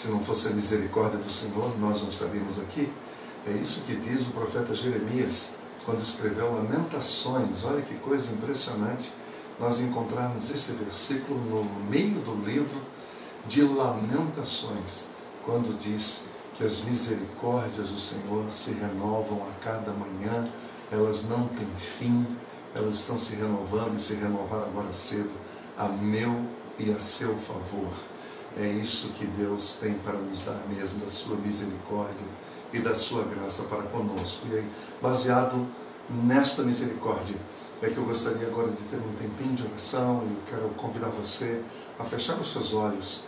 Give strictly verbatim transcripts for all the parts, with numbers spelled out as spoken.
Se não fosse a misericórdia do Senhor, nós não estaríamos aqui. É isso que diz o profeta Jeremias, quando escreveu Lamentações. Olha que coisa impressionante nós encontrarmos esse versículo no meio do livro de Lamentações, quando diz que as misericórdias do Senhor se renovam a cada manhã, elas não têm fim, elas estão se renovando e se renovaram agora cedo, a meu e a seu favor. É isso que Deus tem para nos dar mesmo, da sua misericórdia e da sua graça para conosco. E aí, baseado nesta misericórdia, é que eu gostaria agora de ter um tempinho de oração, e eu quero convidar você a fechar os seus olhos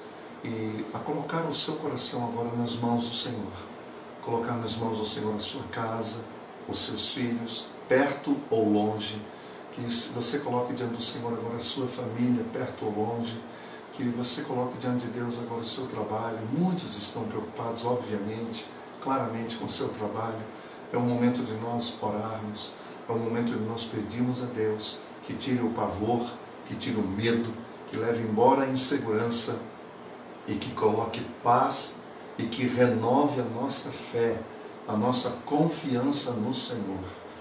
e a colocar o seu coração agora nas mãos do Senhor. Colocar nas mãos do Senhor a sua casa, os seus filhos, perto ou longe. Que você coloque diante do Senhor agora a sua família, perto ou longe. Que você coloque diante de Deus agora o seu trabalho. Muitos estão preocupados, obviamente, claramente com o seu trabalho. É o momento de nós orarmos. É o momento de nós pedirmos a Deus que tire o pavor, que tire o medo, que leve embora a insegurança e que coloque paz e que renove a nossa fé, a nossa confiança no Senhor.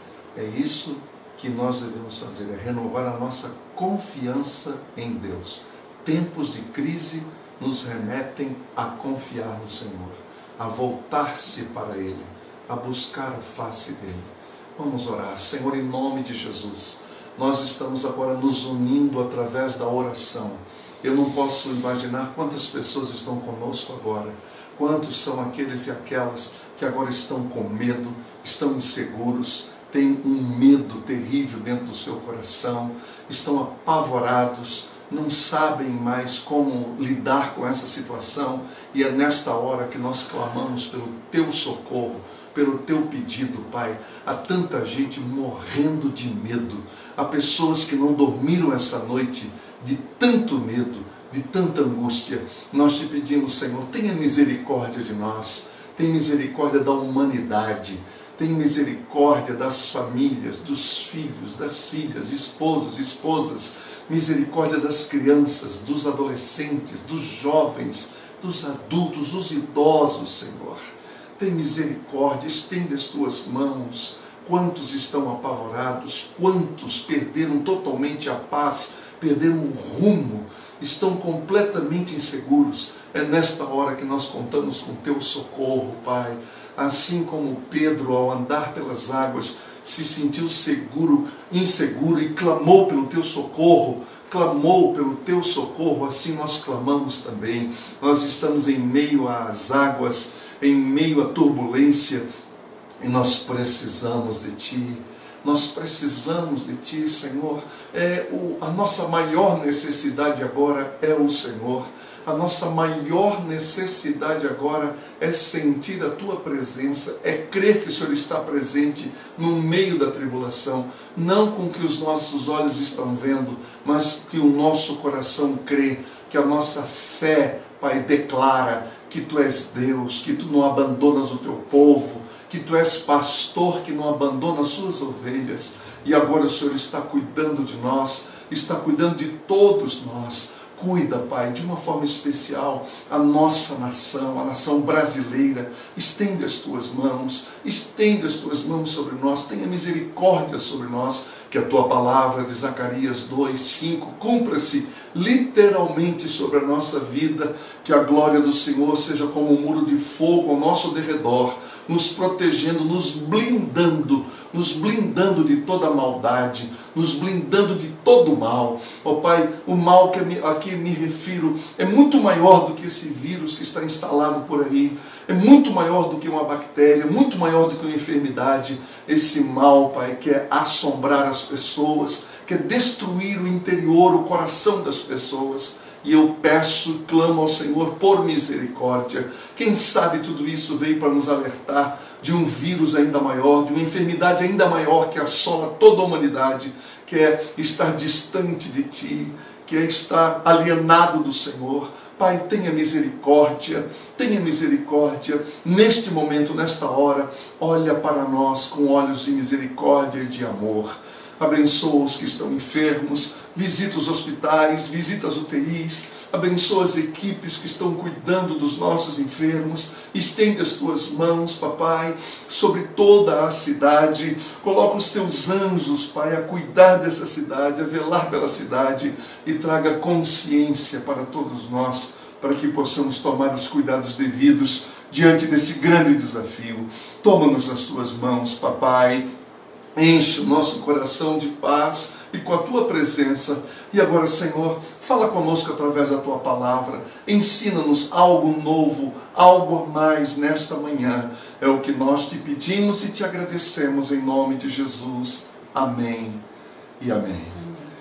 É isso que nós devemos fazer, é renovar a nossa confiança em Deus. Tempos de crise nos remetem a confiar no Senhor, a voltar-se para Ele, a buscar a face dEle. Vamos orar. Senhor, em nome de Jesus, nós estamos agora nos unindo através da oração. Eu não posso imaginar quantas pessoas estão conosco agora, quantos são aqueles e aquelas que agora estão com medo, estão inseguros, têm um medo terrível dentro do seu coração, estão apavorados, não sabem mais como lidar com essa situação, e é nesta hora que nós clamamos pelo Teu socorro, pelo Teu pedido, Pai. Há tanta gente morrendo de medo, há pessoas que não dormiram essa noite de tanto medo, de tanta angústia. Nós te pedimos, Senhor, tenha misericórdia de nós, tenha misericórdia da humanidade, tenha misericórdia das famílias, dos filhos, das filhas, esposos, esposas, misericórdia das crianças, dos adolescentes, dos jovens, dos adultos, dos idosos, Senhor. Tem misericórdia, estende as Tuas mãos. Quantos estão apavorados, quantos perderam totalmente a paz, perderam o rumo, estão completamente inseguros. É nesta hora que nós contamos com Teu socorro, Pai. Assim como Pedro, ao andar pelas águas, se sentiu seguro, inseguro e clamou pelo Teu socorro, clamou pelo Teu socorro, assim nós clamamos também. Nós estamos em meio às águas, em meio à turbulência, e nós precisamos de Ti. Nós precisamos de Ti, Senhor. É o, a nossa maior necessidade agora é o Senhor. A nossa maior necessidade agora é sentir a Tua presença, é crer que o Senhor está presente no meio da tribulação, não com o que os nossos olhos estão vendo, mas que o nosso coração crê, que a nossa fé, Pai, declara que Tu és Deus, que Tu não abandonas o Teu povo, que Tu és pastor que não abandona as Suas ovelhas, e agora o Senhor está cuidando de nós, está cuidando de todos nós. Cuida, Pai, de uma forma especial a nossa nação, a nação brasileira. Estende as Tuas mãos, estende as Tuas mãos sobre nós, tenha misericórdia sobre nós, que a Tua palavra de Zacarias dois, cinco cumpra-se literalmente sobre a nossa vida, que a glória do Senhor seja como um muro de fogo ao nosso derredor, nos protegendo, nos blindando, nos blindando de toda maldade, nos blindando de todo mal. Ó Pai, o mal que a que me refiro é muito maior do que esse vírus que está instalado por aí, é muito maior do que uma bactéria, muito maior do que uma enfermidade. Esse mal, Pai, quer assombrar as pessoas, quer destruir o interior, o coração das pessoas. E eu peço, clamo ao Senhor por misericórdia. Quem sabe tudo isso veio para nos alertar de um vírus ainda maior, de uma enfermidade ainda maior que assola toda a humanidade, que é estar distante de Ti, que é estar alienado do Senhor. Pai, tenha misericórdia, tenha misericórdia, neste momento, nesta hora, olha para nós com olhos de misericórdia e de amor. abençoa os que estão enfermos, visita os hospitais, visita as U T Is, abençoa as equipes que estão cuidando dos nossos enfermos, estende as tuas mãos, papai, sobre toda a cidade, coloca os teus anjos, pai, a cuidar dessa cidade, a velar pela cidade e traga consciência para todos nós, para que possamos tomar os cuidados devidos diante desse grande desafio. Toma-nos nas tuas mãos, papai, enche o nosso coração de paz e com a tua presença. E agora, Senhor, fala conosco através da tua palavra, ensina-nos algo novo, algo a mais nesta manhã. É o que nós te pedimos e te agradecemos em nome de Jesus. Amém e amém.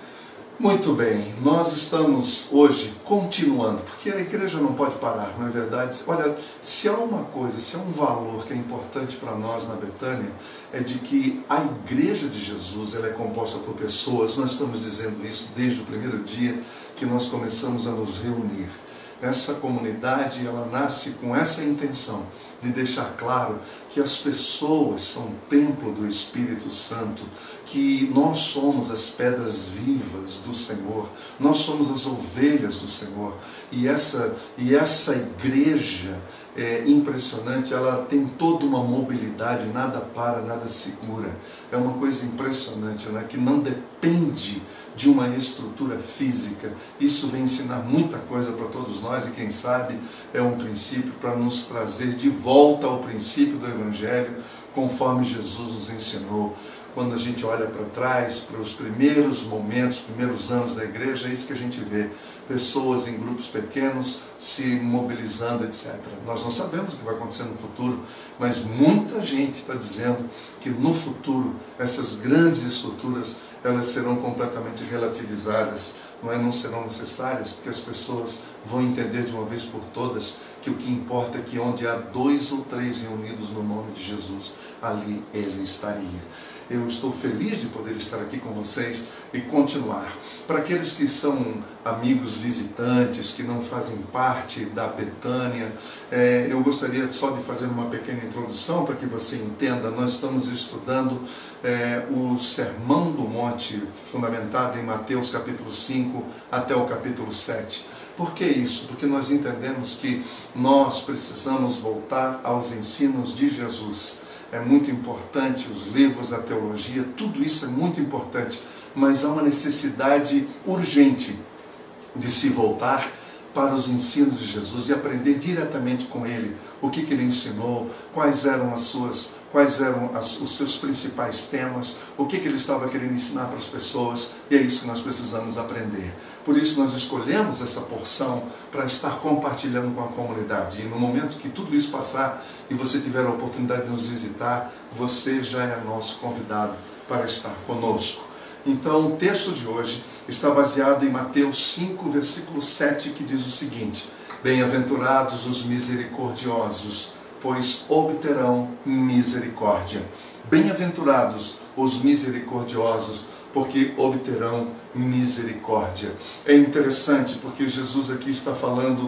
Muito bem, nós estamos hoje continuando, porque a igreja não pode parar, não é verdade? Olha, se há uma coisa, se há um valor que é importante para nós na Betânia, é de que a igreja de Jesus, ela é composta por pessoas, nós estamos dizendo isso desde o primeiro dia que nós começamos a nos reunir. Essa comunidade, ela nasce com essa intenção de deixar claro que as pessoas são templo do Espírito Santo, que nós somos as pedras vivas do Senhor, nós somos as ovelhas do Senhor, e essa, e essa igreja é impressionante, ela tem toda uma mobilidade, nada para, nada segura. É uma coisa impressionante, né? Que não depende de uma estrutura física. Isso vem ensinar muita coisa para todos nós e quem sabe é um princípio para nos trazer de volta ao princípio do Evangelho, conforme Jesus nos ensinou. Quando a gente olha para trás, para os primeiros momentos, os primeiros anos da igreja, é isso que a gente vê. Pessoas em grupos pequenos se mobilizando, etcétera. Nós não sabemos o que vai acontecer no futuro, mas muita gente está dizendo que no futuro essas grandes estruturas elas serão completamente relativizadas, não, é? Não serão necessárias, porque as pessoas vão entender de uma vez por todas que o que importa é que onde há dois ou três reunidos no nome de Jesus, ali Ele estaria. Eu estou feliz de poder estar aqui com vocês e continuar. Para aqueles que são amigos visitantes, que não fazem parte da Betânia, é, eu gostaria só de fazer uma pequena introdução para que você entenda. Nós estamos estudando é, o Sermão do Monte, fundamentado em Mateus capítulo cinco até o capítulo sete. Por que isso? Porque nós entendemos que nós precisamos voltar aos ensinos de Jesus. É muito importante, os livros da teologia, tudo isso é muito importante, mas há uma necessidade urgente de se voltar para os ensinos de Jesus e aprender diretamente com Ele o que, que Ele ensinou, quais eram as suas, quais eram as, os seus principais temas, o que, que Ele estava querendo ensinar para as pessoas, e é isso que nós precisamos aprender. Por isso nós escolhemos essa porção para estar compartilhando com a comunidade. E no momento que tudo isso passar e você tiver a oportunidade de nos visitar, você já é nosso convidado para estar conosco. Então, o texto de hoje está baseado em Mateus cinco, versículo sete, que diz o seguinte: Bem-aventurados os misericordiosos, pois obterão misericórdia. Bem-aventurados os misericordiosos, porque obterão misericórdia. É interessante porque Jesus aqui está falando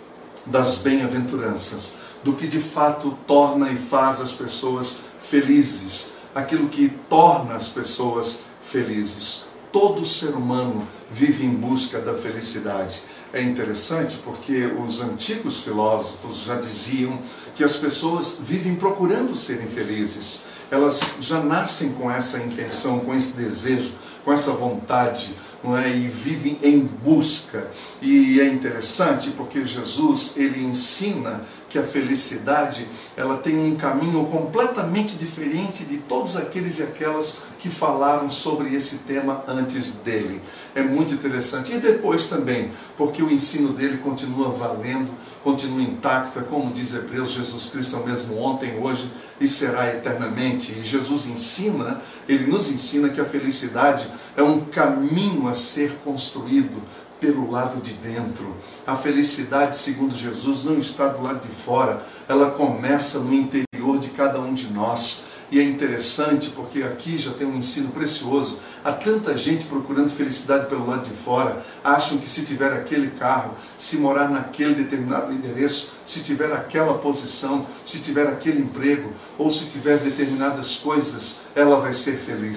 das bem-aventuranças, do que de fato torna e faz as pessoas felizes, aquilo que torna as pessoas felizes. Todo ser humano vive em busca da felicidade. É interessante porque os antigos filósofos já diziam que as pessoas vivem procurando serem felizes. Elas já nascem com essa intenção, com esse desejo, com essa vontade, não é? E vivem em busca. E é interessante porque Jesus, ele ensina que a felicidade, ela tem um caminho completamente diferente de todos aqueles e aquelas que falaram sobre esse tema antes dele. É muito interessante. E depois também, porque o ensino dele continua valendo, continua intacto. É como diz Hebreus, Jesus Cristo é o mesmo ontem, hoje e será eternamente. E Jesus ensina, ele nos ensina que a felicidade é um caminho a ser construído pelo lado de dentro. A felicidade, segundo Jesus, não está do lado de fora, ela começa no interior de cada um de nós. E é interessante porque aqui já tem um ensino precioso. Há tanta gente procurando felicidade pelo lado de fora, acham que se tiver aquele carro, se morar naquele determinado endereço, se tiver aquela posição, se tiver aquele emprego, ou se tiver determinadas coisas, ela vai ser feliz.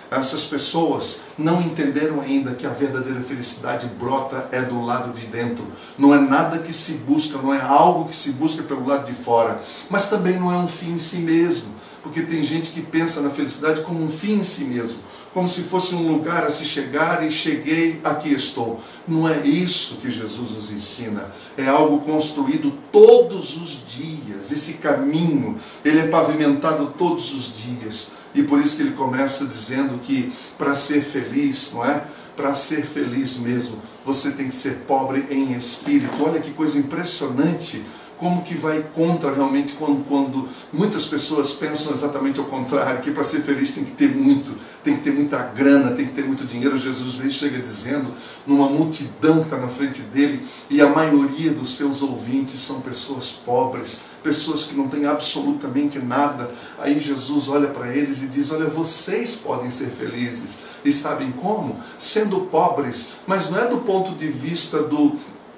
Essas pessoas não entenderam ainda que a verdadeira felicidade brota é do lado de dentro. Não é nada que se busca, não é algo que se busca pelo lado de fora. Mas também não é um fim em si mesmo. Porque tem gente que pensa na felicidade como um fim em si mesmo. Como se fosse um lugar a se chegar e cheguei, aqui estou. Não é isso que Jesus nos ensina. É algo construído todos os dias. Esse caminho, ele é pavimentado todos os dias. E por isso que ele começa dizendo que para ser feliz, não é? Para ser feliz mesmo, você tem que ser pobre em espírito. Olha que coisa impressionante. Como que vai contra realmente quando, quando muitas pessoas pensam exatamente ao contrário, que para ser feliz tem que ter muito, tem que ter muita grana, tem que ter muito dinheiro. Jesus vem, chega dizendo, numa multidão que está na frente dele, e a maioria dos seus ouvintes são pessoas pobres, pessoas que não têm absolutamente nada. Aí Jesus olha para eles e diz, olha, vocês podem ser felizes. E sabem como? Sendo pobres, mas não é do ponto de vista do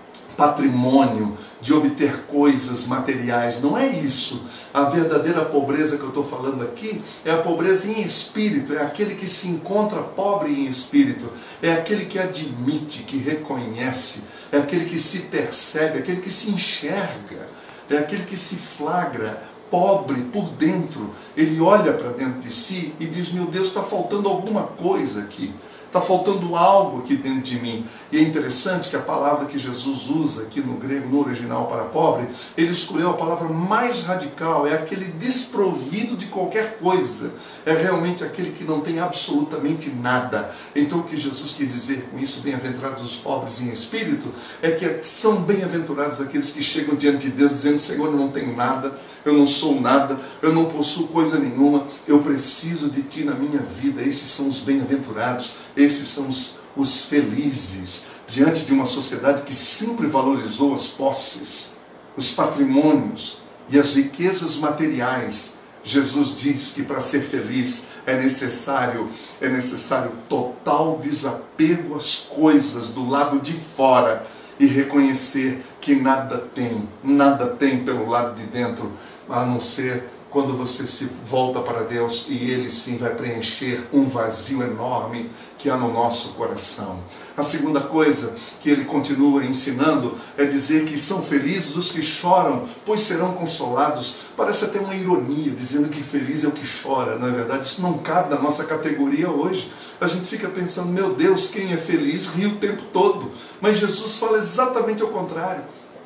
patrimônio, de obter coisas materiais, não é isso. A verdadeira pobreza que eu estou falando aqui é a pobreza em espírito, é aquele que se encontra pobre em espírito, é aquele que admite, que reconhece, é aquele que se percebe, é aquele que se enxerga, é aquele que se flagra pobre por dentro. Ele olha para dentro de si e diz, meu Deus, está faltando alguma coisa aqui. Está faltando algo aqui dentro de mim. E é interessante que a palavra que Jesus usa aqui no grego, no original para pobre, ele escolheu a palavra mais radical, é aquele desprovido de qualquer coisa. É realmente aquele que não tem absolutamente nada. Então o que Jesus quis dizer com isso, bem-aventurados os pobres em espírito, é que são bem-aventurados aqueles que chegam diante de Deus dizendo, Senhor, eu não tenho nada, eu não sou nada, eu não possuo coisa nenhuma, eu preciso de Ti na minha vida. Esses são os bem-aventurados. Esses são os, os felizes, diante de uma sociedade que sempre valorizou as posses, os patrimônios e as riquezas materiais. Jesus diz que para ser feliz é necessário, é necessário total desapego às coisas do lado de fora e reconhecer que nada tem, nada tem pelo lado de dentro, a não ser quando você se volta para Deus e Ele sim vai preencher um vazio enorme que há no nosso coração. A segunda coisa que ele continua ensinando é dizer que são felizes os que choram, pois serão consolados. Parece até uma ironia, dizendo que feliz é o que chora, não é verdade? Isso não cabe na nossa categoria hoje. A gente fica pensando, meu Deus, quem é feliz ri o tempo todo. Mas Jesus fala exatamente ao contrário,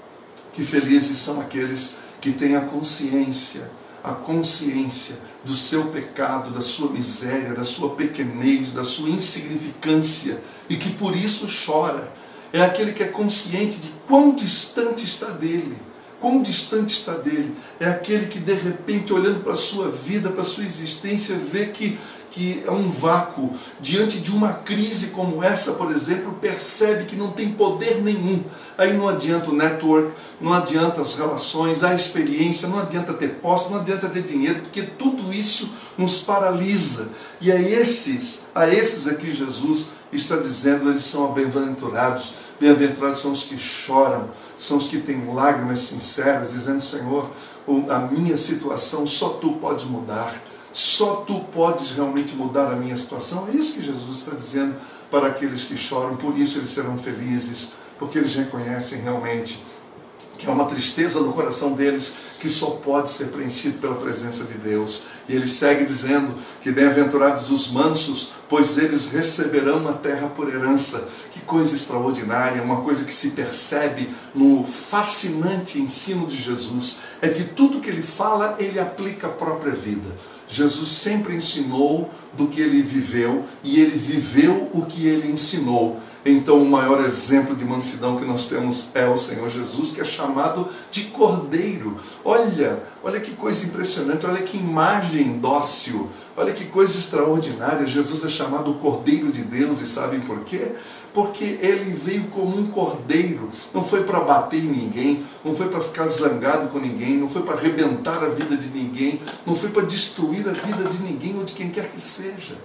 que felizes são aqueles que têm a consciência, a consciência do seu pecado, da sua miséria, da sua pequenez, da sua insignificância, e que por isso chora. É aquele que é consciente de quão distante está dele, quão distante está dele. É aquele que de repente, olhando para a sua vida, para a sua existência, vê que, que é um vácuo. Diante de uma crise como essa, por exemplo, percebe que não tem poder nenhum. Aí não adianta o network, não adianta as relações, a experiência, não adianta ter posse, não adianta ter dinheiro, porque tudo isso nos paralisa. E a esses, a esses aqui Jesus está dizendo, eles são bem-aventurados. Bem-aventurados são os que choram, são os que têm lágrimas sinceras, dizendo, Senhor, a minha situação só Tu podes mudar. Só Tu podes realmente mudar a minha situação. É isso que Jesus está dizendo para aqueles que choram. Por isso eles serão felizes, porque eles reconhecem realmente que há uma tristeza no coração deles que só pode ser preenchido pela presença de Deus. E ele segue dizendo que bem-aventurados os mansos, pois eles receberão a terra por herança. Que coisa extraordinária, uma coisa que se percebe no fascinante ensino de Jesus, é que tudo que ele fala, ele aplica à própria vida. Jesus sempre ensinou do que ele viveu e ele viveu o que ele ensinou. Então o maior exemplo de mansidão que nós temos é o Senhor Jesus, que é chamado de Cordeiro. Olha, olha que coisa impressionante, olha que imagem dócil, olha que coisa extraordinária. Jesus é chamado o Cordeiro de Deus, e sabem por quê? Porque ele veio como um cordeiro, não foi para bater em ninguém, não foi para ficar zangado com ninguém, não foi para arrebentar a vida de ninguém, não foi para destruir a vida de ninguém ou de quem quer que seja.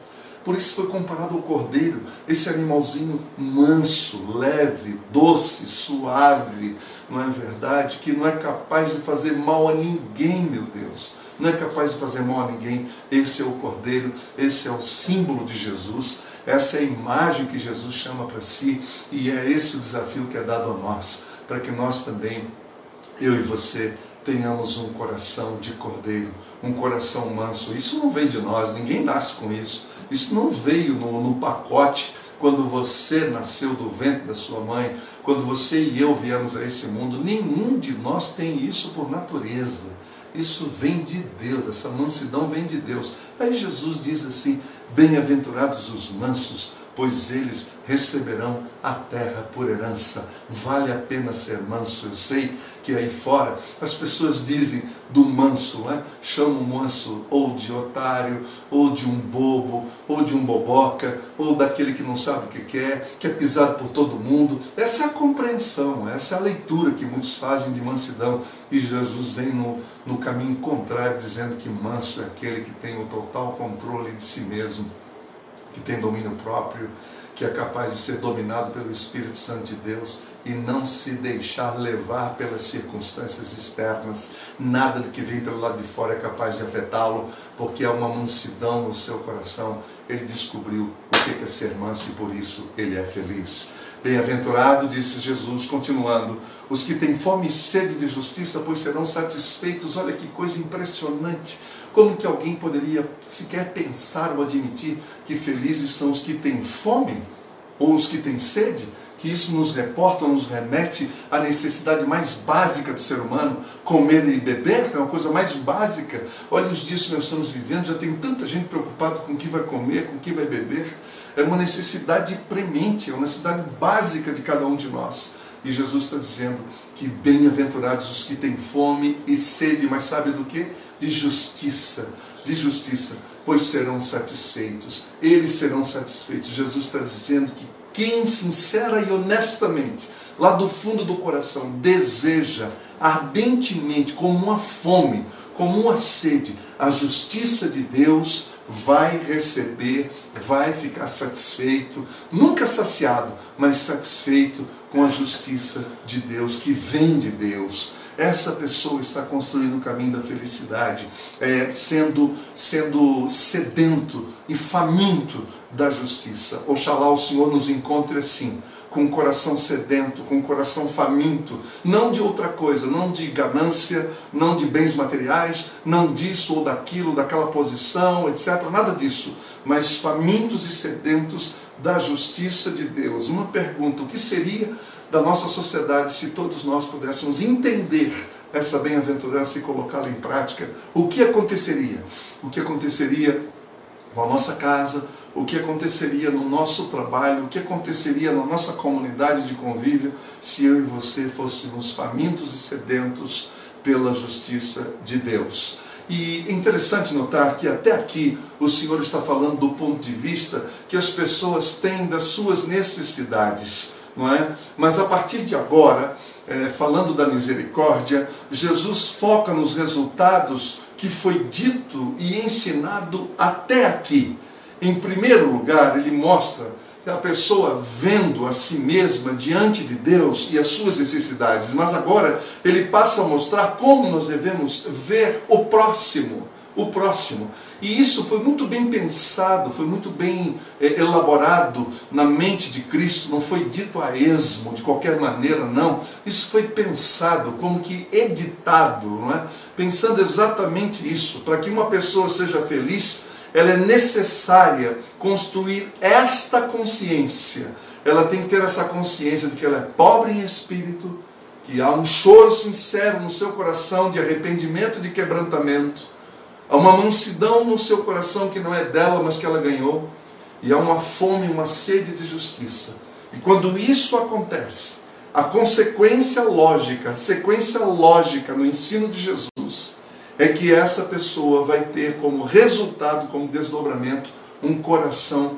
Por isso foi comparado ao cordeiro, esse animalzinho manso, leve, doce, suave, não é verdade? Que não é capaz de fazer mal a ninguém, meu Deus. Não é capaz de fazer mal a ninguém. Esse é o cordeiro, esse é o símbolo de Jesus, essa é a imagem que Jesus chama para si, e é esse o desafio que é dado a nós, para que nós também, eu e você, tenhamos um coração de cordeiro, um coração manso. Isso não vem de nós, ninguém nasce com isso. Isso não veio no, no pacote quando você nasceu do ventre da sua mãe, quando você e eu viemos a esse mundo. Nenhum de nós tem isso por natureza. Isso vem de Deus, essa mansidão vem de Deus. Aí Jesus diz assim: bem-aventurados os mansos, pois eles receberão a terra por herança. Vale a pena ser manso. Eu sei que aí fora as pessoas dizem do manso, né? Chamam o manso ou de otário, ou de um bobo, ou de um boboca, ou daquele que não sabe o que quer, que é pisado por todo mundo. Essa é a compreensão, essa é a leitura que muitos fazem de mansidão. E Jesus vem no, no caminho contrário, dizendo que manso é aquele que tem o total controle de si mesmo, que tem domínio próprio, que é capaz de ser dominado pelo Espírito Santo de Deus e não se deixar levar pelas circunstâncias externas. Nada do que vem pelo lado de fora é capaz de afetá-lo, porque há uma mansidão no seu coração. Ele descobriu o que é ser manso e por isso ele é feliz. Bem-aventurado, disse Jesus, continuando, os que têm fome e sede de justiça, pois serão satisfeitos. Olha que coisa impressionante. Como que alguém poderia sequer pensar ou admitir que felizes são os que têm fome ou os que têm sede? Que isso nos reporta, nos remete à necessidade mais básica do ser humano, comer e beber, que é uma coisa mais básica. Olha os dias que nós estamos vivendo, já tem tanta gente preocupada com o que vai comer, com o que vai beber. É uma necessidade premente, é uma necessidade básica de cada um de nós. E Jesus está dizendo que bem-aventurados os que têm fome e sede, mas sabe do que? De justiça, de justiça, pois serão satisfeitos. Eles serão satisfeitos. Jesus está dizendo que quem sincera e honestamente, lá do fundo do coração, deseja ardentemente, como uma fome, como uma sede, a justiça de Deus, vai receber, vai ficar satisfeito, nunca saciado, mas satisfeito com a justiça de Deus, que vem de Deus. Essa pessoa está construindo o caminho da felicidade, é, sendo, sendo sedento e faminto da justiça. Oxalá o Senhor nos encontre assim, com o coração sedento, com o coração faminto, não de outra coisa, não de ganância, não de bens materiais, não disso ou daquilo, daquela posição, etcétera, nada disso, mas famintos e sedentos da justiça de Deus. Uma pergunta: o que seria da nossa sociedade se todos nós pudéssemos entender essa bem-aventurança e colocá-la em prática? O que aconteceria? O que aconteceria com a nossa casa? O que aconteceria no nosso trabalho? O que aconteceria na nossa comunidade de convívio se eu e você fôssemos famintos e sedentos pela justiça de Deus? E é interessante notar que até aqui o Senhor está falando do ponto de vista que as pessoas têm das suas necessidades, não é? Mas a partir de agora, é, falando da misericórdia, Jesus foca nos resultados que foi dito e ensinado até aqui. Em primeiro lugar, ele mostra que a pessoa vendo a si mesma diante de Deus e as suas necessidades, mas agora ele passa a mostrar como nós devemos ver o próximo, o próximo. E isso foi muito bem pensado, foi muito bem é, elaborado na mente de Cristo, não foi dito a esmo, de qualquer maneira, não. Isso foi pensado, como que editado, não é? Pensando exatamente isso. Para que uma pessoa seja feliz, ela é necessária construir esta consciência. Ela tem que ter essa consciência de que ela é pobre em espírito, que há um choro sincero no seu coração de arrependimento e de quebrantamento. Há uma mansidão no seu coração que não é dela, mas que ela ganhou. E há uma fome, uma sede de justiça. E quando isso acontece, a consequência lógica, a sequência lógica no ensino de Jesus, é que essa pessoa vai ter como resultado, como desdobramento, um coração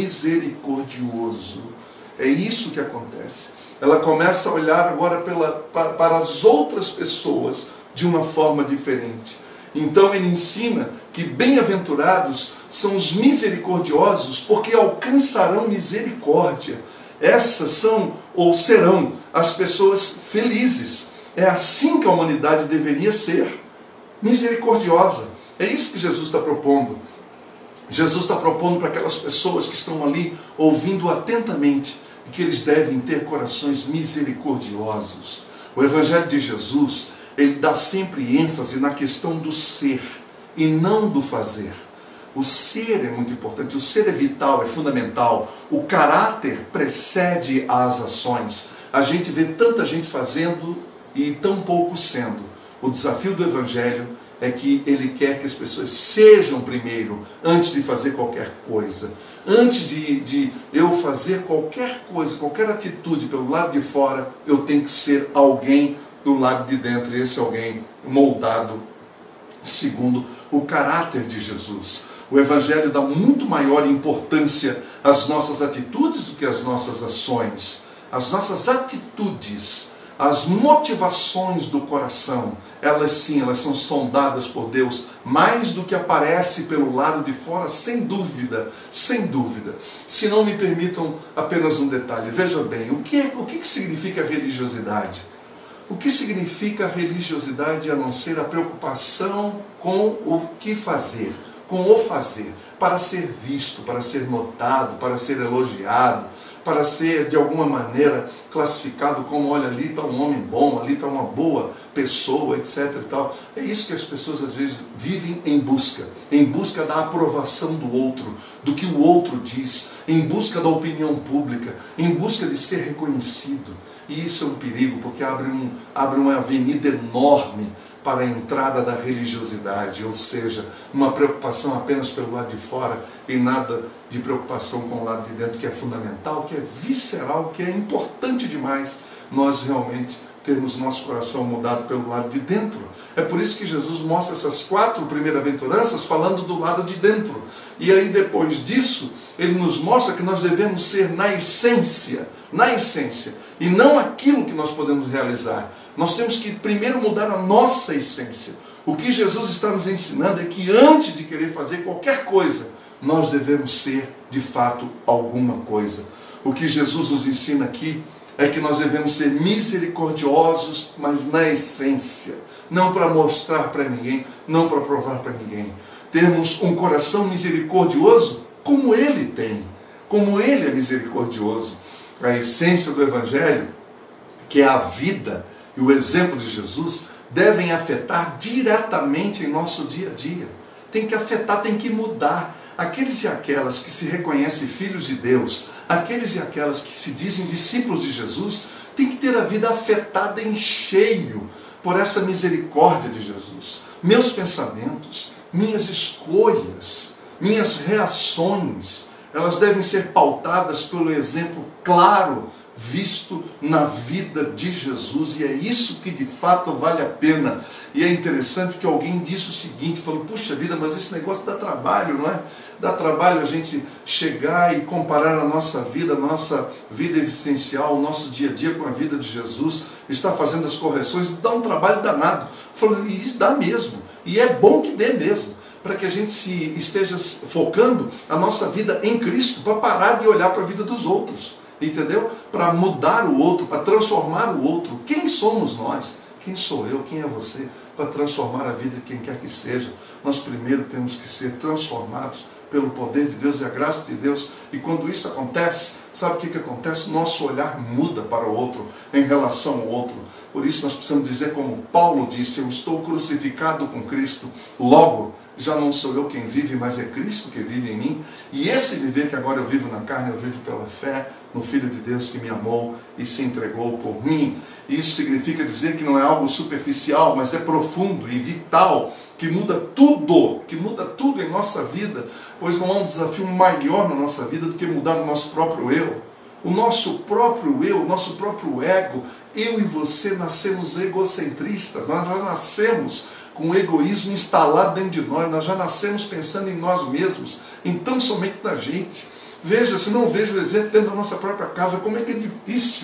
misericordioso. É isso que acontece. Ela começa a olhar agora pela, para, para as outras pessoas de uma forma diferente. Então ele ensina que bem-aventurados são os misericordiosos, porque alcançarão misericórdia. Essas são ou serão as pessoas felizes. É assim que a humanidade deveria ser, misericordiosa. É isso que Jesus está propondo. Jesus está propondo para aquelas pessoas que estão ali ouvindo atentamente que eles devem ter corações misericordiosos. O Evangelho de Jesus, ele dá sempre ênfase na questão do ser e não do fazer. O ser é muito importante, o ser é vital, é fundamental. O caráter precede as ações. A gente vê tanta gente fazendo e tão pouco sendo. O desafio do Evangelho é que ele quer que as pessoas sejam primeiro, antes de fazer qualquer coisa. Antes de, de eu fazer qualquer coisa, qualquer atitude pelo lado de fora, eu tenho que ser alguém do lado de dentro, e esse alguém moldado segundo o caráter de Jesus. O Evangelho dá muito maior importância às nossas atitudes do que às nossas ações. As nossas atitudes, as motivações do coração, elas sim, elas são sondadas por Deus, mais do que aparece pelo lado de fora, sem dúvida, sem dúvida. Se não me permitam apenas um detalhe, veja bem, o que, o que significa religiosidade? O que significa religiosidade a não ser a preocupação com o que fazer, com o fazer, para ser visto, para ser notado, para ser elogiado, para ser de alguma maneira classificado como, olha, ali está um homem bom, ali está uma boa pessoa, etc e tal. É isso que as pessoas às vezes vivem em busca, em busca da aprovação do outro, do que o outro diz, em busca da opinião pública, em busca de ser reconhecido. E isso é um perigo, porque abre, um, abre uma avenida enorme para a entrada da religiosidade, ou seja, uma preocupação apenas pelo lado de fora e nada de preocupação com o lado de dentro, que é fundamental, que é visceral, que é importante demais nós realmente termos nosso coração mudado pelo lado de dentro. É por isso que Jesus mostra essas quatro primeiras-aventuranças falando do lado de dentro. E aí depois disso, ele nos mostra que nós devemos ser na essência, na essência, e não aquilo que nós podemos realizar. Nós temos que primeiro mudar a nossa essência. O que Jesus está nos ensinando é que antes de querer fazer qualquer coisa, nós devemos ser de fato alguma coisa. O que Jesus nos ensina aqui é que nós devemos ser misericordiosos, mas na essência. Não para mostrar para ninguém, não para provar para ninguém. Termos um coração misericordioso como Ele tem, como Ele é misericordioso. A essência do Evangelho, que é a vida e o exemplo de Jesus, devem afetar diretamente em nosso dia a dia. Tem que afetar, tem que mudar. Aqueles e aquelas que se reconhecem filhos de Deus, aqueles e aquelas que se dizem discípulos de Jesus, tem que ter a vida afetada em cheio por essa misericórdia de Jesus. Meus pensamentos, minhas escolhas, minhas reações, elas devem ser pautadas pelo exemplo claro visto na vida de Jesus, e é isso que de fato vale a pena. E é interessante que alguém disse o seguinte, falou, puxa vida, mas esse negócio dá trabalho, não é? Dá trabalho a gente chegar e comparar a nossa vida, a nossa vida existencial, o nosso dia a dia com a vida de Jesus, está fazendo as correções, dá um trabalho danado. Falando, e isso dá mesmo, e é bom que dê mesmo, para que a gente se esteja focando a nossa vida em Cristo, para parar de olhar para a vida dos outros. Entendeu? Para mudar o outro, para transformar o outro. Quem somos nós? Quem sou eu? Quem é você? Para transformar a vida de quem quer que seja. Nós primeiro temos que ser transformados pelo poder de Deus e a graça de Deus. E quando isso acontece, sabe o que, que acontece? Nosso olhar muda para o outro, em relação ao outro. Por isso nós precisamos dizer como Paulo disse, eu estou crucificado com Cristo, logo já não sou eu quem vive, mas é Cristo que vive em mim. E esse viver que agora eu vivo na carne, eu vivo pela fé no Filho de Deus que me amou e se entregou por mim. Isso significa dizer que não é algo superficial, mas é profundo e vital, que muda tudo, que muda tudo em nossa vida, pois não há um desafio maior na nossa vida do que mudar o nosso próprio eu. O nosso próprio eu, o nosso próprio ego. Eu e você nascemos egocentristas, nós já nascemos com o egoísmo instalado dentro de nós, nós já nascemos pensando em nós mesmos, então somente na gente. Veja, se não vejo o exemplo dentro da nossa própria casa, como é que é difícil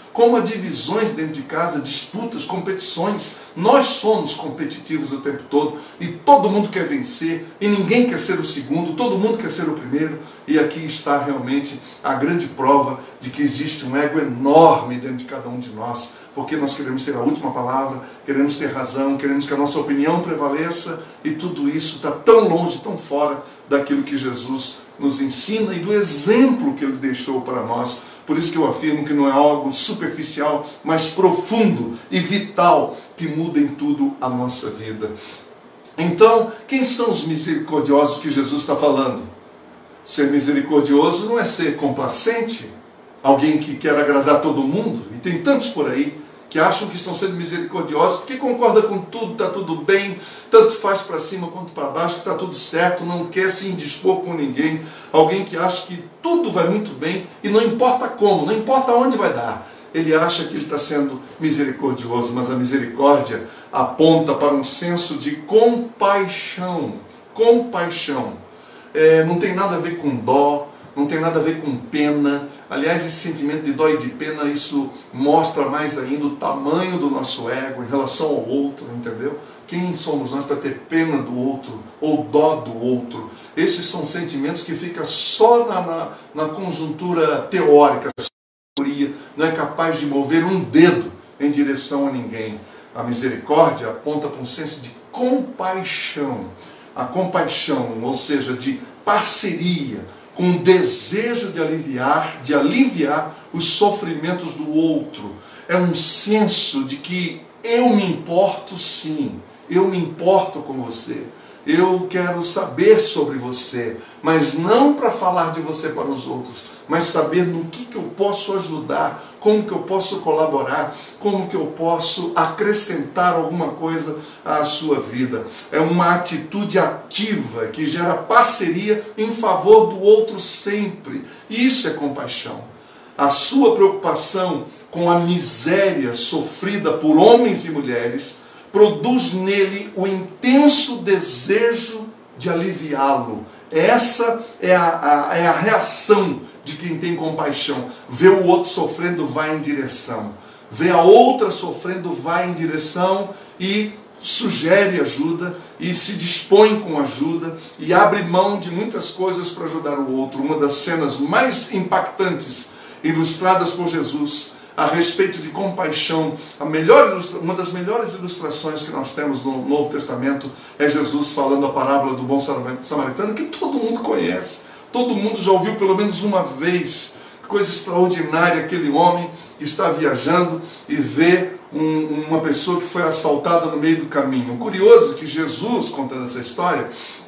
como há divisões dentro de casa, disputas, competições. Nós somos competitivos o tempo todo e todo mundo quer vencer e ninguém quer ser o segundo, todo mundo quer ser o primeiro. E aqui está realmente a grande prova de que existe um ego enorme dentro de cada um de nós, porque nós queremos ter a última palavra, queremos ter razão, queremos que a nossa opinião prevaleça, e tudo isso está tão longe, tão fora daquilo que Jesus nos ensina e do exemplo que Ele deixou para nós. Por isso que eu afirmo que não é algo superficial, mas profundo e vital, que muda em tudo a nossa vida. Então, quem são os misericordiosos que Jesus está falando? Ser misericordioso não é ser complacente, alguém que quer agradar todo mundo, e tem tantos por aí que acham que estão sendo misericordiosos porque concorda com tudo, está tudo bem, tanto faz para cima quanto para baixo, que está tudo certo, não quer se indispor com ninguém. Alguém que acha que tudo vai muito bem e não importa como, não importa onde vai dar. Ele acha que ele está sendo misericordioso, mas a misericórdia aponta para um senso de compaixão. Compaixão. É, não tem nada a ver com dó, não tem nada a ver com pena. Aliás, esse sentimento de dó e de pena, isso mostra mais ainda o tamanho do nosso ego em relação ao outro, entendeu? Quem somos nós para ter pena do outro ou dó do outro? Esses são sentimentos que ficam só na, na, na conjuntura teórica, teoria, não é capaz de mover um dedo em direção a ninguém. A misericórdia aponta para um senso de compaixão. A compaixão, ou seja, de parceria, com um desejo de aliviar, de aliviar os sofrimentos do outro. É um senso de que eu me importo sim, eu me importo com você, eu quero saber sobre você, mas não para falar de você para os outros, mas saber no que, que eu posso ajudar, como que eu posso colaborar, como que eu posso acrescentar alguma coisa à sua vida. É uma atitude ativa que gera parceria em favor do outro sempre. E isso é compaixão. A sua preocupação com a miséria sofrida por homens e mulheres produz nele o intenso desejo de aliviá-lo. Essa é a, a, é a reação de quem tem compaixão. Vê o outro sofrendo, vai em direção. Vê a outra sofrendo, vai em direção e sugere ajuda e se dispõe com ajuda e abre mão de muitas coisas para ajudar o outro. Uma das cenas mais impactantes ilustradas por Jesus a respeito de compaixão, a melhor, uma das melhores ilustrações que nós temos no Novo Testamento é Jesus falando a parábola do bom samaritano, que todo mundo conhece, todo mundo já ouviu pelo menos uma vez. Coisa extraordinária, aquele homem que está viajando e vê um, uma pessoa que foi assaltada no meio do caminho. O curioso é que Jesus, contando essa história,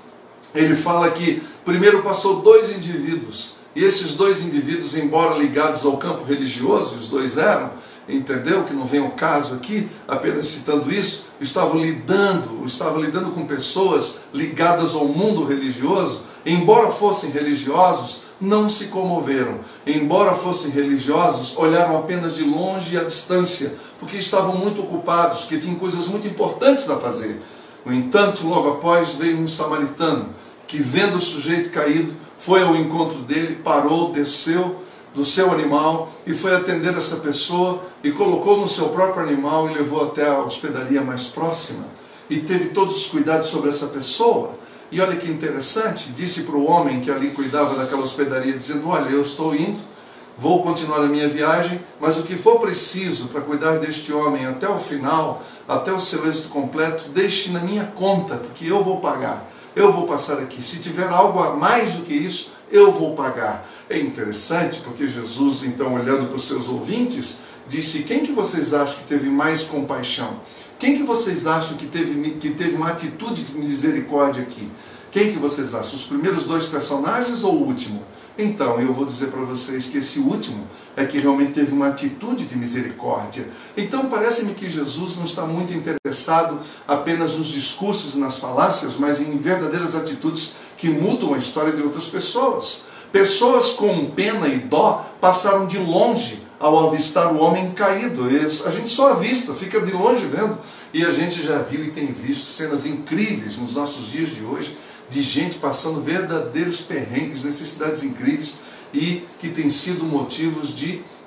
ele fala que primeiro passou dois indivíduos. E esses dois indivíduos, embora ligados ao campo religioso, os dois eram, entendeu? Que não vem ao caso aqui, apenas citando isso, estavam lidando, estavam lidando com pessoas ligadas ao mundo religioso, embora fossem religiosos, não se comoveram. Embora fossem religiosos, olharam apenas de longe e à distância, porque estavam muito ocupados, porque tinham coisas muito importantes a fazer. No entanto, logo após, veio um samaritano, que vendo o sujeito caído, foi ao encontro dele, parou, desceu do seu animal e foi atender essa pessoa e colocou no seu próprio animal e levou até a hospedaria mais próxima e teve todos os cuidados sobre essa pessoa. E olha que interessante, disse para o homem que ali cuidava daquela hospedaria, dizendo: olha, eu estou indo, vou continuar a minha viagem, mas o que for preciso para cuidar deste homem até o final, até o seu êxito completo, deixe na minha conta, porque eu vou pagar. Eu vou passar aqui. Se tiver algo a mais do que isso, eu vou pagar. É interessante porque Jesus, então, olhando para os seus ouvintes, disse: quem que vocês acham que teve mais compaixão? Quem que vocês acham que teve, que teve uma atitude de misericórdia aqui? Quem que vocês acham? Os primeiros dois personagens ou o último? Então, eu vou dizer para vocês que esse último é que realmente teve uma atitude de misericórdia. Então, parece-me que Jesus não está muito interessado apenas nos discursos e nas falácias, mas em verdadeiras atitudes que mudam a história de outras pessoas. Pessoas com pena e dó passaram de longe ao avistar o homem caído. A gente só avista, fica de longe vendo. E a gente já viu e tem visto cenas incríveis nos nossos dias de hoje, de gente passando verdadeiros perrengues, necessidades incríveis, e que têm sido motivos de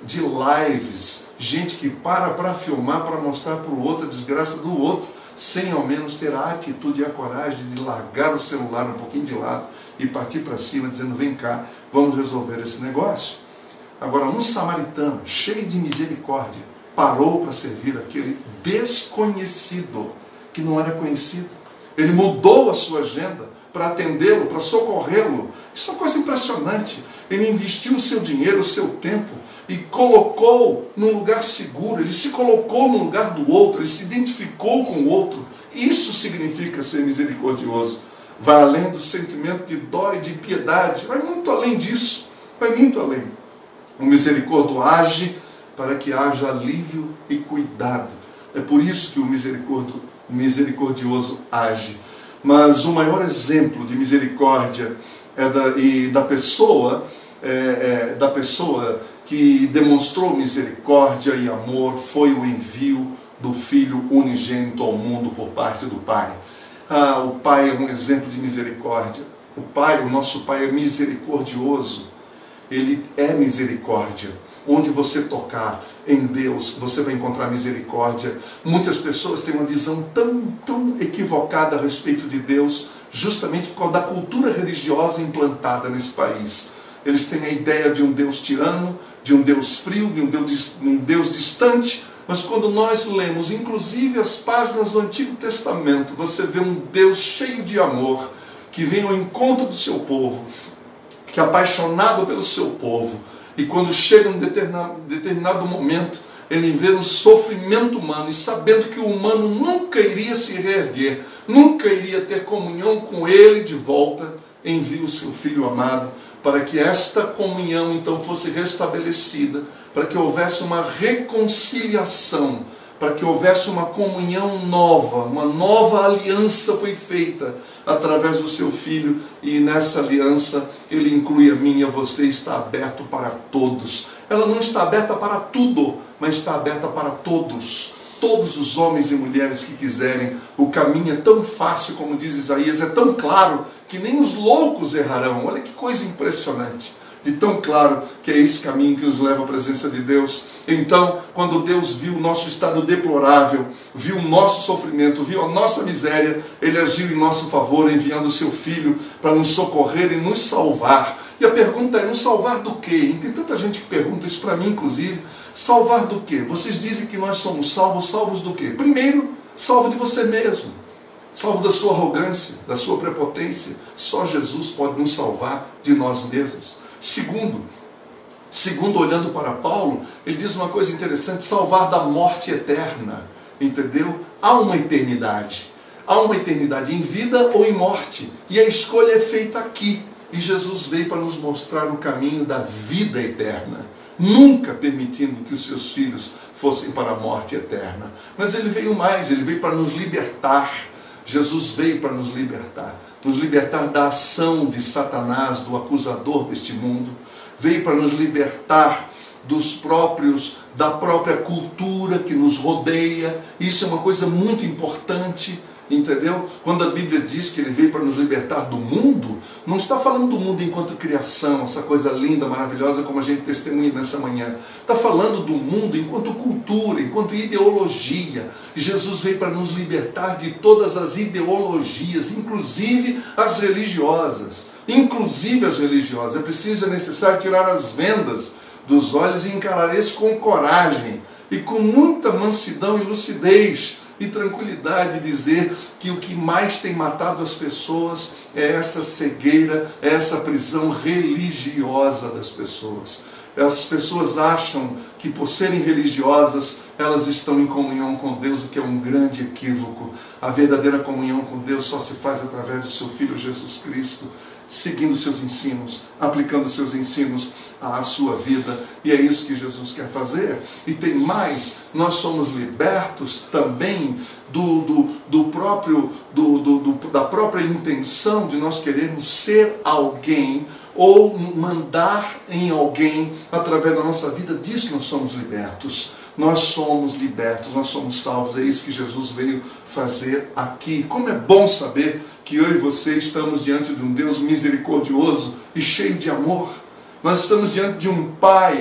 de lives, gente que para para filmar, para mostrar para o outro a desgraça do outro, sem ao menos ter a atitude e a coragem de largar o celular um pouquinho de lado e partir para cima, dizendo, vem cá, vamos resolver esse negócio. Agora, um samaritano, cheio de misericórdia, parou para servir aquele desconhecido, que não era conhecido. Ele mudou a sua agenda para atendê-lo, para socorrê-lo. Isso é uma coisa impressionante. Ele investiu o seu dinheiro, o seu tempo e colocou num lugar seguro. Ele se colocou no lugar do outro, ele se identificou com o outro. Isso significa ser misericordioso. Vai além do sentimento de dó e de piedade. Vai muito além disso. Vai muito além. O misericórdio age para que haja alívio e cuidado. É por isso que o misericórdio, misericordioso age. Mas o maior exemplo de misericórdia é da, e da pessoa, é, é, da pessoa que demonstrou misericórdia e amor foi o envio do Filho unigênito ao mundo por parte do Pai. Ah, o Pai é um exemplo de misericórdia. O Pai, o nosso Pai é misericordioso. Ele é misericórdia. Onde você tocar em Deus, você vai encontrar misericórdia. Muitas pessoas têm uma visão tão, tão equivocada a respeito de Deus, justamente por causa da cultura religiosa implantada nesse país. Eles têm a ideia de um Deus tirano, de um Deus frio, de um Deus, um Deus distante. Mas quando nós lemos, inclusive as páginas do Antigo Testamento, você vê um Deus cheio de amor, que vem ao encontro do seu povo, que é apaixonado pelo seu povo. E quando chega em determinado, determinado momento, ele vê um sofrimento humano, e sabendo que o humano nunca iria se reerguer, nunca iria ter comunhão com ele de volta, envia o seu Filho amado, para que esta comunhão então fosse restabelecida, para que houvesse uma reconciliação, para que houvesse uma comunhão nova, uma nova aliança foi feita através do seu Filho, e nessa aliança ele inclui a mim e a você, está aberto para todos. Ela não está aberta para tudo, mas está aberta para todos. Todos os homens e mulheres que quiserem. O caminho é tão fácil, como diz Isaías, é tão claro que nem os loucos errarão. Olha que coisa impressionante. De tão claro que é esse caminho que nos leva à presença de Deus. Então, quando Deus viu o nosso estado deplorável, viu o nosso sofrimento, viu a nossa miséria, Ele agiu em nosso favor, enviando o seu Filho para nos socorrer e nos salvar. E a pergunta é, nos salvar do quê? E tem tanta gente que pergunta isso para mim, inclusive. Salvar do quê? Vocês dizem que nós somos salvos, salvos do quê? Primeiro, salvo de você mesmo. Salvo da sua arrogância, da sua prepotência. Só Jesus pode nos salvar de nós mesmos. Segundo, segundo, olhando para Paulo, ele diz uma coisa interessante, salvar da morte eterna, entendeu? Há uma eternidade, há uma eternidade em vida ou em morte, e a escolha é feita aqui, e Jesus veio para nos mostrar o caminho da vida eterna, nunca permitindo que os seus filhos fossem para a morte eterna, mas ele veio mais, ele veio para nos libertar. Jesus veio para nos libertar, nos libertar da ação de Satanás, do acusador deste mundo, veio para nos libertar dos próprios, da própria cultura que nos rodeia. Isso é uma coisa muito importante, entendeu? Quando a Bíblia diz que ele veio para nos libertar do mundo, não está falando do mundo enquanto criação, essa coisa linda, maravilhosa como a gente testemunha nessa manhã. Está falando do mundo enquanto cultura, enquanto ideologia. Jesus veio para nos libertar de todas as ideologias, inclusive as religiosas. Inclusive as religiosas. É preciso, é necessário tirar as vendas dos olhos e encarar isso com coragem e com muita mansidão e lucidez e tranquilidade, dizer que o que mais tem matado as pessoas é essa cegueira, é essa prisão religiosa das pessoas. As pessoas acham que por serem religiosas elas estão em comunhão com Deus, o que é um grande equívoco. A verdadeira comunhão com Deus só se faz através do seu Filho Jesus Cristo, seguindo seus ensinos, aplicando seus ensinos à sua vida, e é isso que Jesus quer fazer. E tem mais, nós somos libertos também do, do, do próprio, do, do, do, da própria intenção de nós querermos ser alguém, ou mandar em alguém através da nossa vida. Disso nós somos libertos. Nós somos libertos, nós somos salvos. É isso que Jesus veio fazer aqui. Como é bom saber que eu e você estamos diante de um Deus misericordioso e cheio de amor. Nós estamos diante de um Pai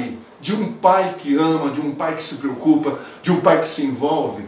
de um pai que ama, de um pai que se preocupa, de um pai que se envolve.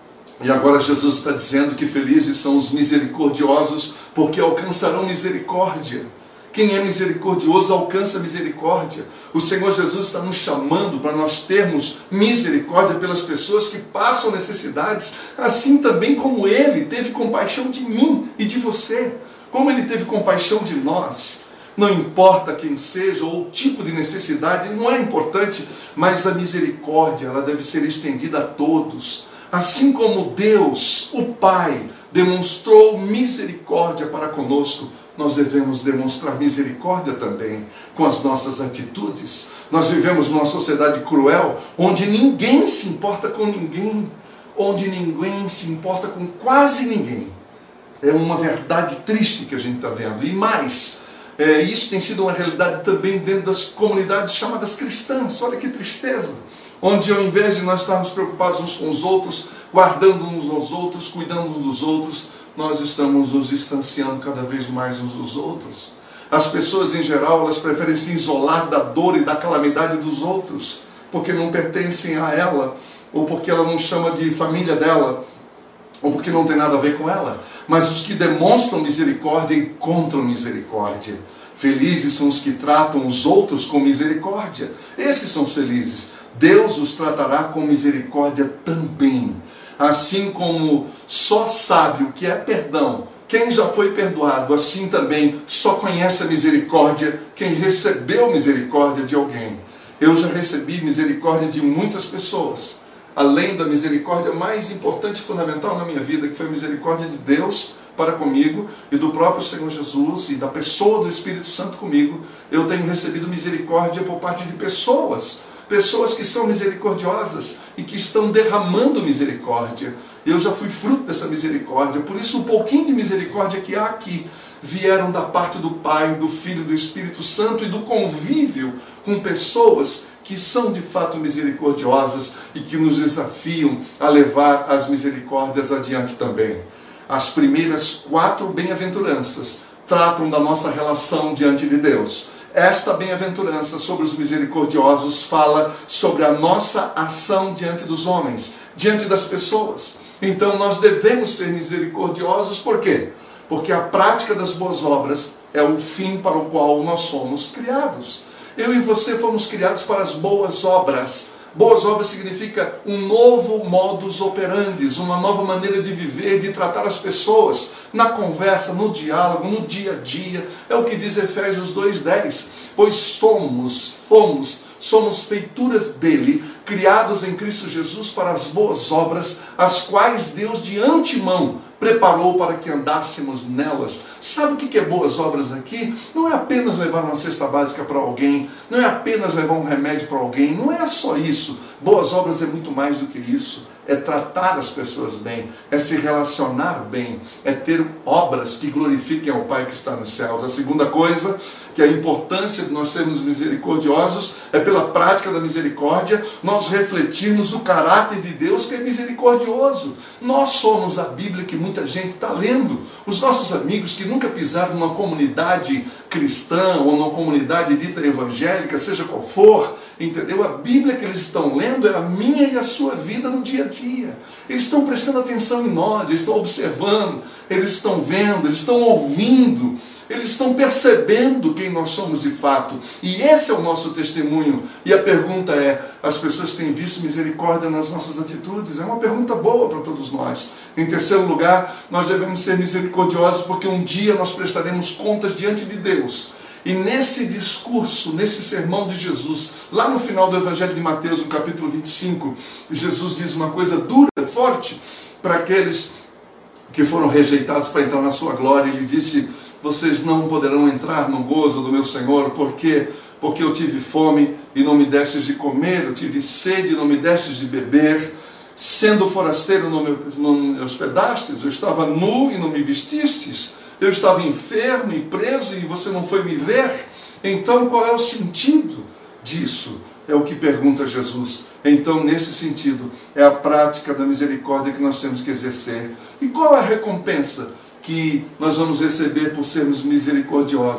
E agora Jesus está dizendo que felizes são os misericordiosos, porque alcançarão misericórdia. Quem é misericordioso alcança misericórdia. O Senhor Jesus está nos chamando para nós termos misericórdia pelas pessoas que passam necessidades, assim também como Ele teve compaixão de mim e de você, como Ele teve compaixão de nós. Não importa quem seja ou o tipo de necessidade, não é importante, mas a misericórdia ela deve ser estendida a todos. Assim como Deus, o Pai, demonstrou misericórdia para conosco, nós devemos demonstrar misericórdia também com as nossas atitudes. Nós vivemos numa sociedade cruel, onde ninguém se importa com ninguém, onde ninguém se importa com quase ninguém. É uma verdade triste que a gente está vendo. E mais, é, isso tem sido uma realidade também dentro das comunidades chamadas cristãs. Olha que tristeza. Onde ao invés de nós estarmos preocupados uns com os outros, guardando uns aos outros, cuidando uns dos outros, nós estamos nos distanciando cada vez mais uns dos outros. As pessoas em geral, elas preferem se isolar da dor e da calamidade dos outros, porque não pertencem a ela, ou porque ela não chama de família dela, ou porque não tem nada a ver com ela. Mas os que demonstram misericórdia encontram misericórdia. Felizes são os que tratam os outros com misericórdia. Esses são os felizes. Deus os tratará com misericórdia também. Assim como só sabe o que é perdão quem já foi perdoado, assim também só conhece a misericórdia quem recebeu misericórdia de alguém. Eu já recebi misericórdia de muitas pessoas, além da misericórdia mais importante e fundamental na minha vida, que foi a misericórdia de Deus para comigo e do próprio Senhor Jesus e da pessoa do Espírito Santo comigo. Eu tenho recebido misericórdia por parte de pessoas, pessoas que são misericordiosas e que estão derramando misericórdia. Eu já fui fruto dessa misericórdia, por isso um pouquinho de misericórdia que há aqui vieram da parte do Pai, do Filho e do Espírito Santo e do convívio com pessoas que são de fato misericordiosas e que nos desafiam a levar as misericórdias adiante também. As primeiras quatro bem-aventuranças tratam da nossa relação diante de Deus. Esta bem-aventurança sobre os misericordiosos fala sobre a nossa ação diante dos homens, diante das pessoas. Então nós devemos ser misericordiosos, por quê? Porque a prática das boas obras é o fim para o qual nós somos criados. Eu e você fomos criados para as boas obras. Boas obras significa um novo modus operandi, uma nova maneira de viver, de tratar as pessoas, na conversa, no diálogo, no dia a dia. É o que diz Efésios dois, dez. Pois somos, fomos, somos feituras dele, criados em Cristo Jesus para as boas obras, as quais Deus de antemão preparou para que andássemos nelas. Sabe o que é boas obras aqui? Não é apenas levar uma cesta básica para alguém, não é apenas levar um remédio para alguém, não é só isso. Boas obras é muito mais do que isso. É tratar as pessoas bem, é se relacionar bem, é ter obras que glorifiquem ao Pai que está nos céus. A segunda coisa, que a importância de nós sermos misericordiosos, é pela prática da misericórdia, nós refletirmos o caráter de Deus que é misericordioso. Nós somos a Bíblia que muita gente está lendo. Os nossos amigos que nunca pisaram numa comunidade cristã ou numa comunidade dita evangélica, seja qual for, entendeu? A Bíblia que eles estão lendo é a minha e a sua vida no dia a dia. Eles estão prestando atenção em nós, eles estão observando, eles estão vendo, eles estão ouvindo, eles estão percebendo quem nós somos de fato. E esse é o nosso testemunho. E a pergunta é, as pessoas têm visto misericórdia nas nossas atitudes? É uma pergunta boa para todos nós. Em terceiro lugar, nós devemos ser misericordiosos porque um dia nós prestaremos contas diante de Deus. E nesse discurso, nesse sermão de Jesus, lá no final do Evangelho de Mateus, no capítulo vinte e cinco, Jesus diz uma coisa dura, forte, para aqueles que foram rejeitados para entrar na sua glória. Ele disse, vocês não poderão entrar no gozo do meu Senhor, porque porque eu tive fome e não me destes de comer, eu tive sede e não me destes de beber, sendo forasteiro não me, não me hospedastes, eu estava nu e não me vestistes, eu estava enfermo e preso e você não foi me ver. Então qual é o sentido disso? É o que pergunta Jesus. Então, nesse sentido, é a prática da misericórdia que nós temos que exercer. E qual é a recompensa que nós vamos receber por sermos misericordiosos?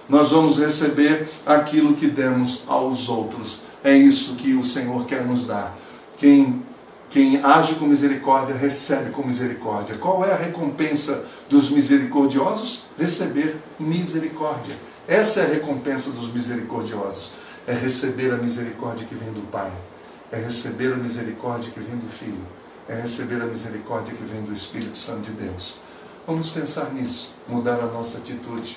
nós vamos receber aquilo que demos aos outros. É isso que o Senhor quer nos dar. Quem, quem age com misericórdia, recebe com misericórdia. Qual é a recompensa dos misericordiosos? Receber misericórdia. Essa é a recompensa dos misericordiosos. É receber a misericórdia que vem do Pai. É receber a misericórdia que vem do Filho. É receber a misericórdia que vem do Espírito Santo de Deus. Vamos pensar nisso, mudar a nossa atitude,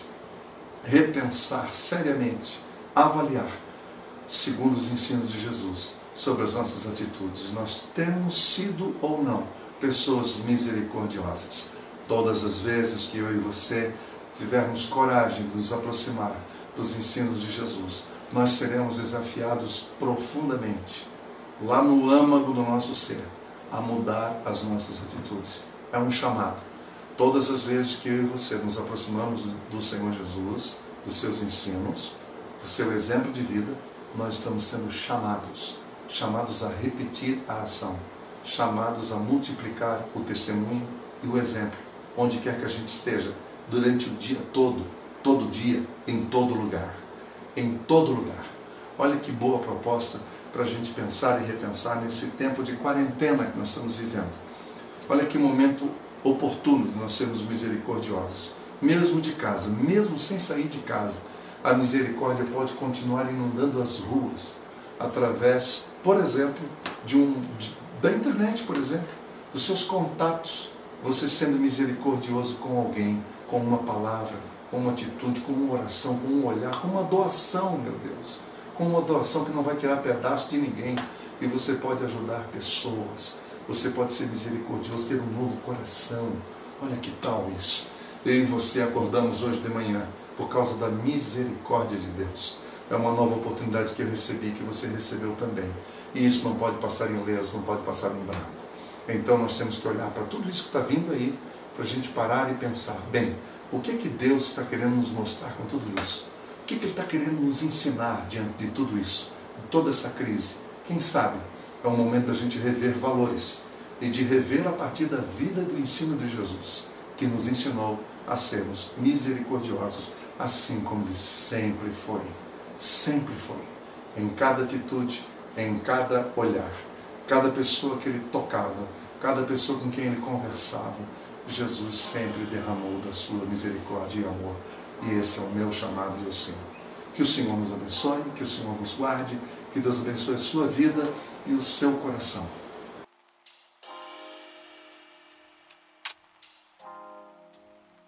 repensar seriamente, avaliar, segundo os ensinos de Jesus, sobre as nossas atitudes. Nós temos sido ou não pessoas misericordiosas. Todas as vezes que eu e você tivermos coragem de nos aproximar dos ensinos de Jesus, nós seremos desafiados profundamente, lá no âmago do nosso ser, a mudar as nossas atitudes. É um chamado. Todas as vezes que eu e você nos aproximamos do Senhor Jesus, dos seus ensinos, do seu exemplo de vida, nós estamos sendo chamados, chamados a repetir a ação, chamados a multiplicar o testemunho e o exemplo, onde quer que a gente esteja, durante o dia todo, todo dia, em todo lugar. Em todo lugar. Olha que boa proposta para a gente pensar e repensar nesse tempo de quarentena que nós estamos vivendo. Olha que momento oportuno de nós sermos misericordiosos. Mesmo de casa, mesmo sem sair de casa, a misericórdia pode continuar inundando as ruas, através, por exemplo, de um, de, da internet, por exemplo, dos seus contatos, você sendo misericordioso com alguém, com uma palavra, com uma atitude, com uma oração, com um olhar, com uma doação, meu Deus, com uma doação que não vai tirar pedaço de ninguém, e você pode ajudar pessoas, você pode ser misericordioso, ter um novo coração. Olha que tal isso? Eu e você acordamos hoje de manhã por causa da misericórdia de Deus. É uma nova oportunidade que eu recebi, que você recebeu também. E isso não pode passar em leso, não pode passar em branco. Então nós temos que olhar para tudo isso que está vindo aí, para a gente parar e pensar, bem, o que é que Deus está querendo nos mostrar com tudo isso? O que é que Ele está querendo nos ensinar diante de tudo isso, de toda essa crise? Quem sabe é o momento da gente rever valores e de rever a partir da vida do ensino de Jesus, que nos ensinou a sermos misericordiosos, assim como Ele sempre foi. Sempre foi. Em cada atitude, em cada olhar, cada pessoa que Ele tocava, cada pessoa com quem Ele conversava, Jesus sempre derramou da sua misericórdia e amor. E esse é o meu chamado e o seu. Que o Senhor nos abençoe, que o Senhor nos guarde, que Deus abençoe a sua vida e o seu coração.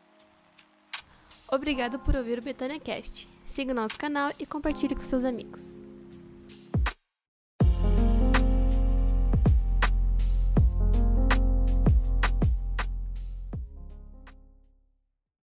Obrigado por ouvir o Betânia Cast. Siga o nosso canal e compartilhe com seus amigos.